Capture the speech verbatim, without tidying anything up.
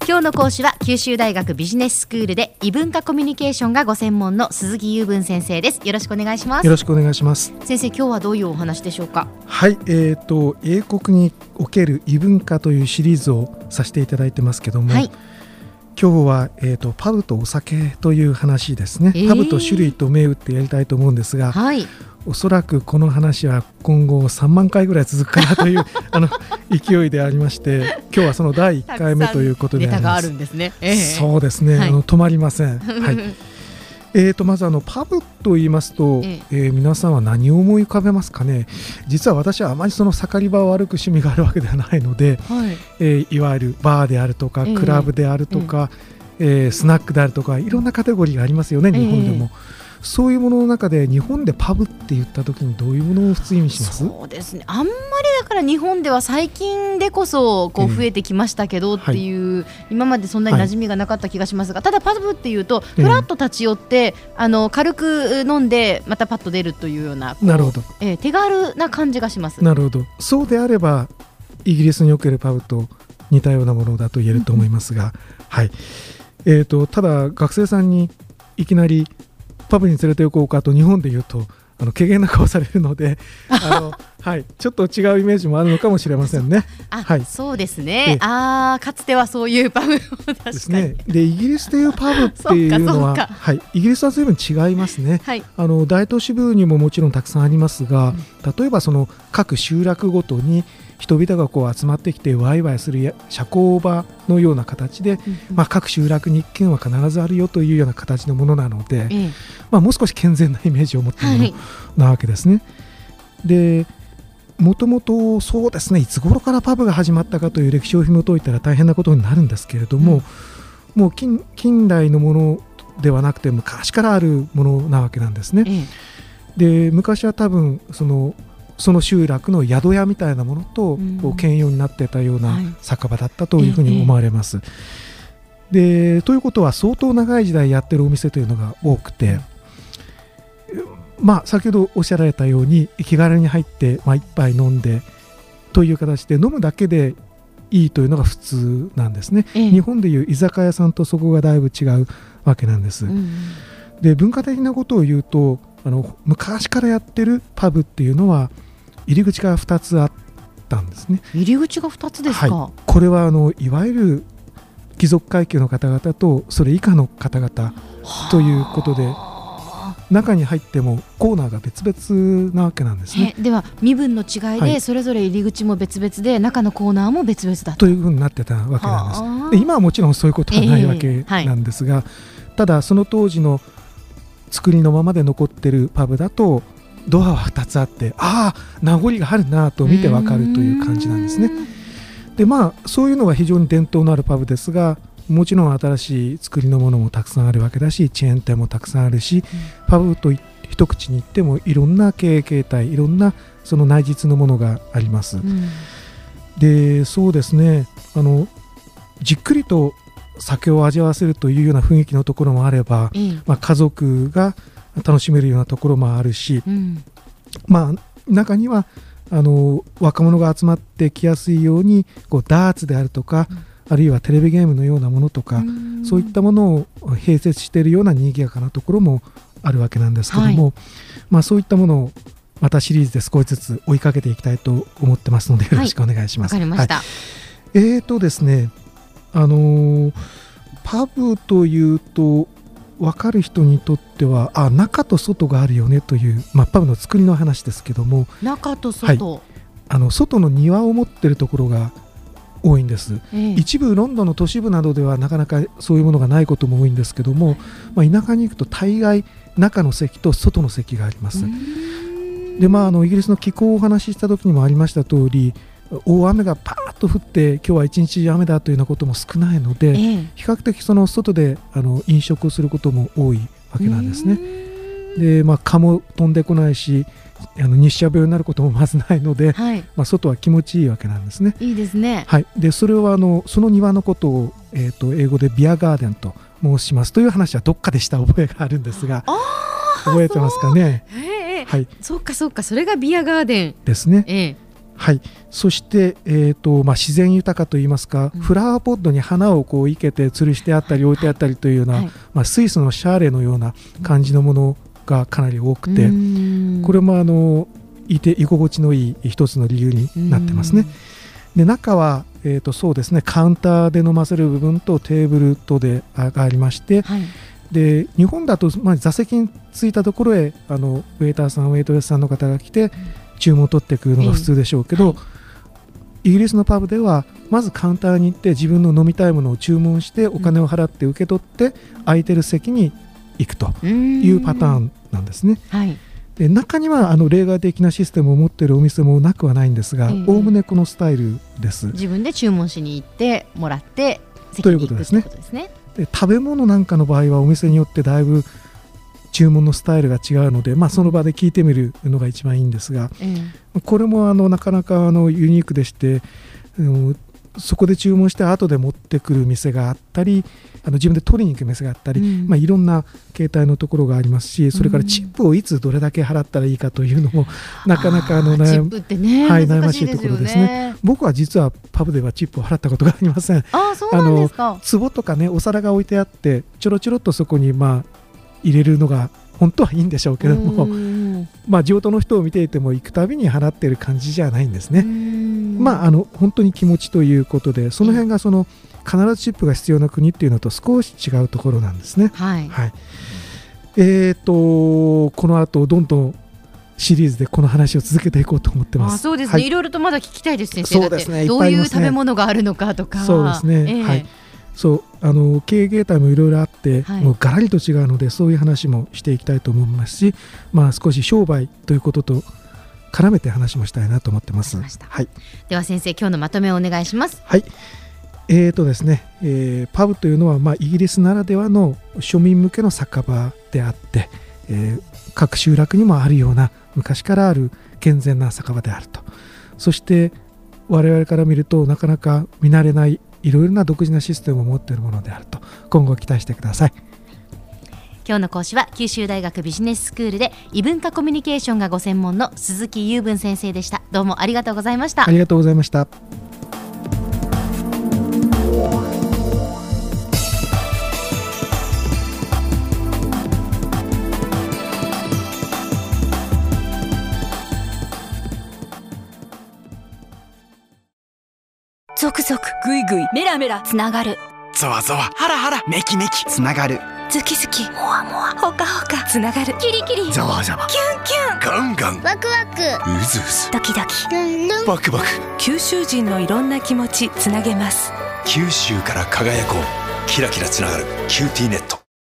今日の講師は九州大学ビジネススクールで異文化コミュニケーションがご専門の鈴木雄文先生です。よろしくお願いします。 よろしくお願いします。 先生、今日はどういうお話でしょうか？ はい、えーと、英国における異文化というシリーズをさせていただいてますけども、はい、今日は、えーと、パブとお酒という話ですね、えー、パブと種類と銘打ってやりたいと思うんですが、はい、おそらくこの話は今後さんまんかいぐらい続くかなというあの勢いでありまして、今日はそのだいいっかいめということであります。ネタがあるんですね。えー、そうですね、はい、あの止まりません。はいえー、とまずあのパブと言いますと、ええー、皆さんは何を思い浮かべますかね。実は私はあまりその盛り場を歩く趣味があるわけではないので、はいえー、いわゆるバーであるとかクラブであるとか、えーえー、スナックであるとかいろんなカテゴリーがありますよね、日本でも。えーそういうものの中で日本でパブって言ったときにどういうものを普通意味します？ そうですね、あんまりだから日本では最近でこそこう増えてきましたけどっていう、えーはい、今までそんなに馴染みがなかった気がしますが、はい、ただパブっていうとふらっと立ち寄って、えー、あの軽く飲んでまたパッと出るというような、 なるほど、 えー、手軽な感じがします。 なるほど。そうであればイギリスにおけるパブと似たようなものだと言えると思いますが、うんはいえー、とただ学生さんにいきなりパブに連れて行こうかと日本で言うとあの軽減な顔されるのであの、はい、ちょっと違うイメージもあるのかもしれませんね。 あ、はい、そうですね。あかつてはそういうパブを確かにですね。でイギリスでいうパブっていうのははい、イギリスは随分違いますね。はい、あの大都市部にももちろんたくさんありますが、うん、例えばその各集落ごとに人々がこう集まってきてワイワイする社交場のような形で、うんうんまあ、各集落にいっけんは必ずあるよというような形のものなので、ええまあ、もう少し健全なイメージを持ったものなわけですね。はい、でもともとそうですね、いつ頃からパブが始まったかという歴史を紐解いたら大変なことになるんですけれども、うん、もう 近, 近代のものではなくて昔からあるものなわけなんですね。ええ、で昔は多分そのその集落の宿屋みたいなものとこう兼用になっていたような酒場だったというふうに思われます。はいでということは相当長い時代やってるお店というのが多くて、まあ、先ほどおっしゃられたように気軽に入って、まあ、一杯飲んでという形で飲むだけでいいというのが普通なんですね。ええ、日本でいう居酒屋さんとそこがだいぶ違うわけなんです。うん、で文化的なことを言うとあの昔からやってるパブっていうのは入り口がふたつあったんですね。 入り口がふたつですか？ はい、これはあのいわゆる貴族階級の方々とそれ以下の方々ということで中に入ってもコーナーが別々なわけなんですね。 では身分の違いでそれぞれ入り口も別々で、はい、中のコーナーも別々だとというふうになってたわけなんです。で今はもちろんそういうことはないわけなんですが、えーはい、ただその当時の作りのままで残ってるパブだとドアはふたつあって、ああ名残があるなと見てわかるという感じなんですね。でまあそういうのは非常に伝統のあるパブですが、もちろん新しい作りのものもたくさんあるわけだしチェーン店もたくさんあるし、うん、パブと一口に言ってもいろんな経営形態いろんなその内実のものがあります。うん、でそうですね、あのじっくりと酒を味わわせるというような雰囲気のところもあれば、うん、まあ、家族が楽しめるようなところもあるし、うん、まあ中にはあの若者が集まってきやすいようにこうダーツであるとか、うん、あるいはテレビゲームのようなものとか、うん、そういったものを併設しているような賑やかなところもあるわけなんですけども、はい、まあ、そういったものをまたシリーズで少しずつ追いかけていきたいと思ってますのでよろしくお願いします。 わかりました。はい、 えーとですね、あのー、パブというと分かる人にとってはあ中と外があるよねという、まあ、パブの作りの話ですけども、 中と外、はい、 あの外の庭を持っているところが多いんです。ええ、一部ロンドンの都市部などではなかなかそういうものがないことも多いんですけども、まあ、田舎に行くと大概中の席と外の席があります。で、まあ、あのイギリスの気候をお話しした時にもありました通り、大雨がパーッと降って今日は一日雨だというようなことも少ないので、ええ、比較的その外であの飲食をすることも多いわけなんですね。で、まあ、蚊も飛んでこないしあの日射病になることもまずないので、はい、まあ、外は気持ちいいわけなんですね。 いいですね。 はい、でそれはあのその庭のことを、えー、と英語でビアガーデンと申しますという話はどっかでした覚えがあるんですが、覚えてますかね。 えーはい、そうかそうか、それがビアガーデンですね。 えーはい、そして、えーとまあ、自然豊かといいますか、うん、フラワーポッドに花をこう生けて吊るしてあったり置いてあったりというような、はい、まあ、スイスのシャーレのような感じのものがかなり多くて、うん、これもあのいて居心地のいい一つの理由になってますね。で中は、えーとそうですね、カウンターで飲ませる部分とテーブルとでがありまして、はい、で日本だと、まあ、座席に着いたところへあのウェイターさんウェイトレスさんの方が来て、うん、注文を取ってくるのが普通でしょうけど、えーはい、イギリスのパブではまずカウンターに行って自分の飲みたいものを注文してお金を払って受け取って空いてる席に行くというパターンなんですね。はい、で中にはあの例外的なシステムを持っているお店もなくはないんですが、おおむねこのスタイルです。 自分で注文しに行ってもらって席に行くということですね。 で食べ物なんかの場合はお店によってだいぶ注文のスタイルが違うので、まあ、その場で聞いてみるのが一番いいんですが、うん、これもあのなかなかあのユニークでして、うん、そこで注文して後で持ってくる店があったり、あの自分で取りに行く店があったり、うん、まあ、いろんな形態のところがありますし、それからチップをいつどれだけ払ったらいいかというのも、うん、なかなかあの悩、 ね、 はい、悩ましいところですね。僕は実はパブではチップを払ったことがありません。 あ、そうなんですか。 あの壺とかね、お皿が置いてあってちょろちょろっとそこにまあ入れるのが本当はいいんでしょうけども、まあ、地元の人を見ていても行くたびに払っている感じじゃないんですね。まあ、あの本当に気持ちということで、その辺がその必ずチップが必要な国っていうのと少し違うところなんですね。はいはい、えーとこの後どんどんシリーズでこの話を続けていこうと思ってます。 あ、そうですね、はい、いろいろとまだ聞きたいです先生。そうですね、どういう食べ物があるのかとか。 そうですね、えー、はい、そうあの経営形態もいろいろあって、はい、もうガラリと違うのでそういう話もしていきたいと思いますし、まあ、少し商売ということと絡めて話もしたいなと思ってます。 はい、では先生、今日のまとめをお願いします。 はい、えーとですねえー、パブというのは、まあ、イギリスならではの庶民向けの酒場であって、えー、各集落にもあるような昔からある健全な酒場であると。そして我々から見るとなかなか見慣れないいろいろな独自なシステムを持っているものであると今後期待してください。 今日の講師は九州大学ビジネススクールで異文化コミュニケーションがご専門の鈴木雄文先生でした。どうもありがとうございました。 ありがとうございました。 ゾクゾクグイグイメラメラつながる、 ゾワゾワハラハラメキメキつながる、 ズキズキモワモワホカホカつながる、キリキリザワザワキュンキュンガンガンワクワクウズウズドキドキルンルンバクバク、 九州人のいろんな気持ちつなげます。 九州から輝こう、キラキラつながるキューティーネット。